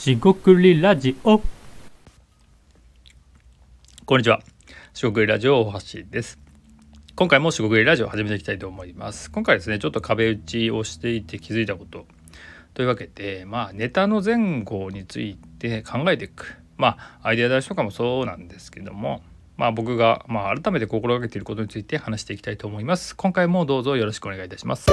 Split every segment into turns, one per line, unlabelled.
しごくりラジオ。
こんにちは。しごくりラジオ大橋です。今回もしごくりラジオを始めていきたいと思います。今回ですね、ちょっと壁打ちをしていて気づいたことというわけで、ネタの前後について考えていく、アイデア出しとかもそうなんですけども、僕が改めて心がけていることについて話していきたいと思います。今回もどうぞよろしくお願いいたします。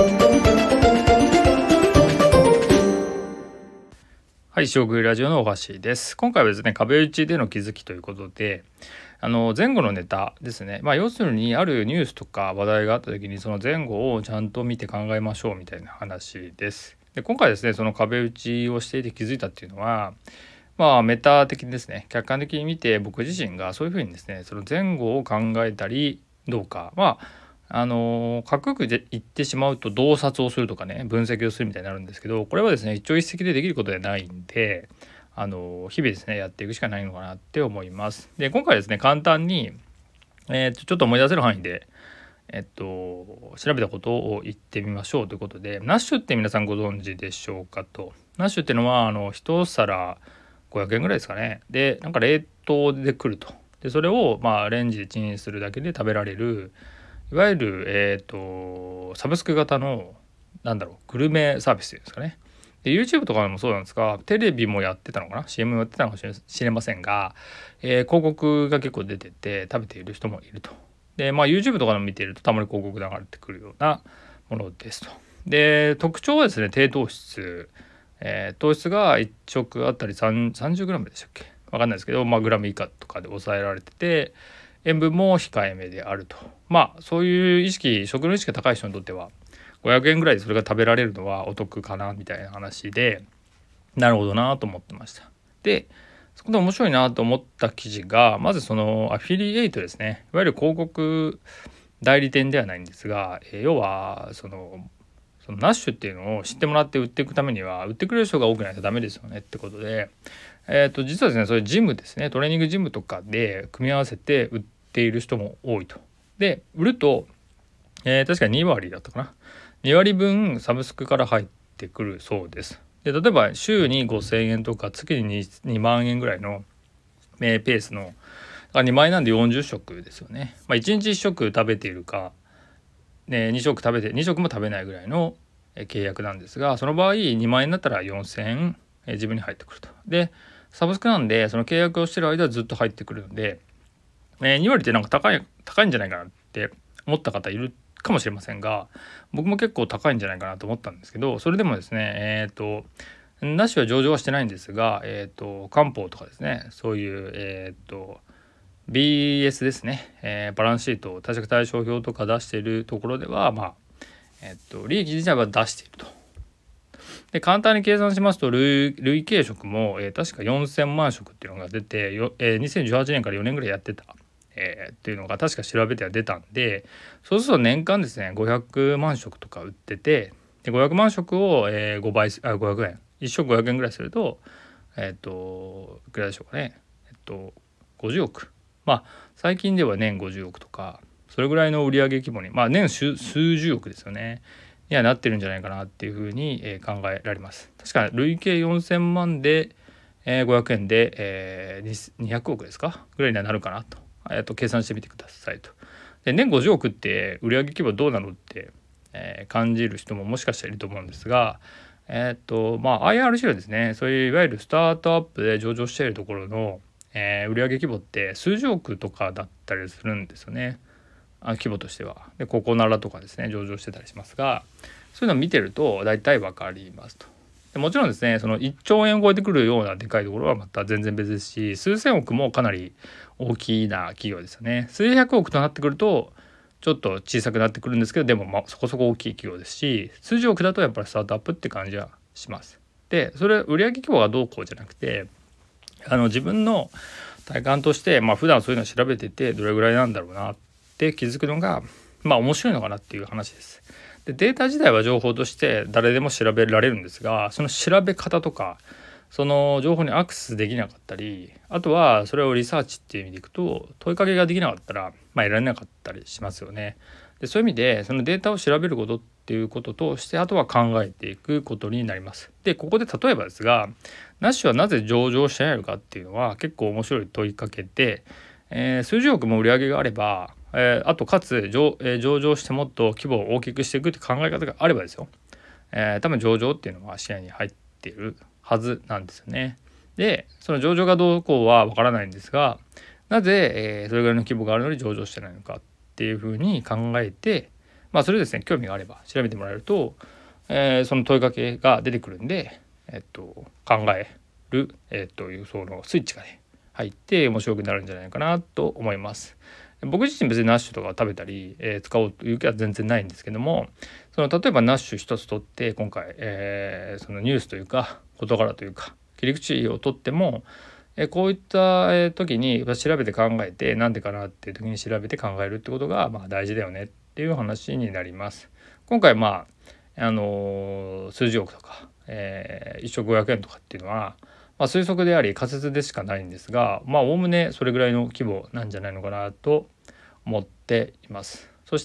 はい、しごくりラジオの大橋です。今回はですね、壁打ちでの気づきということで、前後のネタですね。要するにあるニュースとか話題があった時にその前後をちゃんと見て考えましょうみたいな話です。で、今回ですね、その壁打ちをしていて気づいたっていうのは、メタ的にですね、客観的に見て僕自身がそういうふうにですね、その前後を考えたりどうか、かっこよく言ってしまうと洞察をするとかね、分析をするみたいになるんですけど、これはですね、一朝一夕でできることではないんで、日々ですねやっていくしかないのかなって思います。で、今回ですね、簡単に、ちょっと思い出せる範囲で調べたことを言ってみましょうということで、ナッシュって皆さんご存知でしょうかと。ナッシュっていうのは一皿500円ぐらいですかね。で、なんか冷凍で来ると。で、それをレンジでチンするだけで食べられる、いわゆるサブスク型のグルメサービスですかね。で YouTube とかでもそうなんですが、テレビもやってたのかな、 CM もやってたのかもしれませんが、広告が結構出てて食べている人もいると。で、YouTube とかでも見ているとたまに広告流れてくるようなものですと。で、特徴はですね、低糖質、糖質が1食あたり 30g でしたっけ、分かんないですけど、グラム以下とかで抑えられてて、塩分も控えめであると。そういう食の意識が高い人にとっては500円ぐらいでそれが食べられるのはお得かなみたいな話で、なるほどなと思ってました。で、そこで面白いなと思った記事が、まずそのアフィリエイトですね。いわゆる広告代理店ではないんですが、要はそのナッシュっていうのを知ってもらって売っていくためには、売ってくれる人が多くないとダメですよねってことで、実はですね、それジムですね、トレーニングジムとかで組み合わせて売っている人も多いと。で、売ると、確かに2割だったかな、2割分サブスクから入ってくるそうです。で、例えば週に5000円とか月に 2万円ぐらいのペースの2万円なんで40食ですよね。1日1食食べているか、2食食べて2食も食べないぐらいの契約なんですが、その場合2万円だったら4000円自分に入ってくると。で、サブスクなんでその契約をしてる間はずっと入ってくるので、2割ってなんか高いんじゃないかなって思った方いるかもしれませんが、僕も結構高いんじゃないかなと思ったんですけど、それでもですね、ナッシュは上場はしてないんですが、漢方とかですね、そういうBS ですね、バランスシート、貸借対照表とか出しているところでは利益自体は出していると。で、簡単に計算しますと累計食も、確か4000万食っていうのが出て2018年から4年ぐらいやってた、っていうのが確か調べては出たんで、そうすると年間ですね500万食とか売ってて、で500万食を、5倍500円1食500円ぐらいするといくらでしょうかね、50億、最近では年50億とか、それぐらいの売上規模に、年数十億ですよねにはなってるんじゃないかなっていうふうに考えられます。確か累計4000万で500円で200億ですかぐらいにはなるかなと、計算してみてくださいと。で、年50億って売上規模どうなのって、感じる人ももしかしたらいると思うんですが、IRC はですね、そういういわゆるスタートアップで上場しているところの、売上規模って数十億とかだったりするんですよね、規模としては。で、ココナラとかですね上場してたりしますが、そういうのを見てると大体分かりますと。でもちろんですね、その1兆円を超えてくるようなでかいところはまた全然別ですし、数千億もかなり大きな企業ですよね。数百億となってくるとちょっと小さくなってくるんですけど、でもそこそこ大きい企業ですし、数十億だとやっぱりスタートアップって感じはします。で、それ売上規模がどうこうじゃなくて、自分の体感として、普段そういうのを調べててどれぐらいなんだろうなって気づくのが面白いのかなっていう話です。で、データ自体は情報として誰でも調べられるんですが、その調べ方とかその情報にアクセスできなかったり、あとはそれをリサーチっていう意味でいくと問いかけができなかったら得られなかったりしますよね。で、そういう意味でそのデータを調べることっっていうこととして、あとは考えていくことになります。でここで例えばですが、ナッシュはなぜ上場してないのかっていうのは結構面白い問いかけで、数十億も売り上げがあれば、あとかつ上場してもっと規模を大きくしていくって考え方があればですよ、多分上場っていうのは視野に入っているはずなんですよね。でその上場がどうこうはわからないんですが、なぜ、それぐらいの規模があるのに上場してないのかっていうふうに考えて、それですね、興味があれば調べてもらえると、その問いかけが出てくるんで、考える、というそのスイッチがね入って面白くなるんじゃないかなと思います。僕自身別にナッシュとか食べたり、使おうという気は全然ないんですけども、その例えばナッシュ一つ取って今回、そのニュースというか事柄というか切り口を取っても、こういった時に調べて考えて、なんでかなっていう時に調べて考えるってことが大事だよねっていう話になります。今回数十億とか、1億500円とかっていうのは、推測であり仮説でしかないんですが、おおむねそれぐらいの規模なんじゃないのかなと思っています。そして、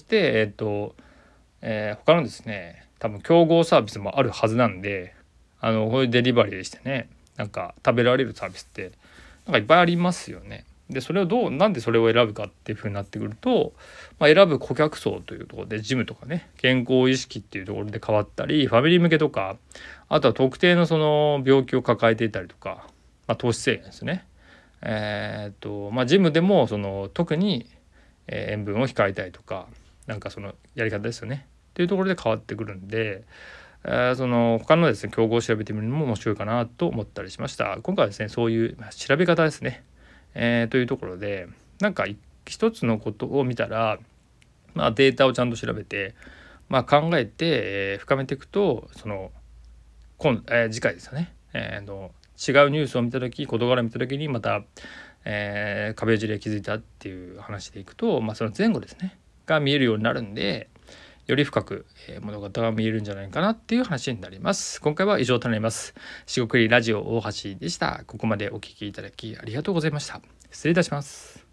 他のですね、多分競合サービスもあるはずなんで、こういうデリバリーしてね、なんか食べられるサービスってなんかいっぱいありますよね。でそれをなんでそれを選ぶかっていうふうになってくると、選ぶ顧客層というところでジムとかね、健康意識っていうところで変わったり、ファミリー向けとか、あとは特定のその病気を抱えていたりとか、糖質制限ですね。ジムでもその特に塩分を控えたいとか、なんかそのやり方ですよねっていうところで変わってくるんで、その他のですね競合を調べてみるのも面白いかなと思ったりしました。今回はですね、そういう調べ方ですね、というところで、なんか一つのことを見たら、データをちゃんと調べて、考えて、深めていくと、その次回ですよね、違うニュースを見た時、事柄を見た時にまた、壁事例気づいたっていう話でいくと、その前後ですねが見えるようになるんで、より深く物語が見えるんじゃないかなっていう話になります。今回は以上となります。しごくりラジオ大橋でした。ここまでお聞きいただきありがとうございました。失礼いたします。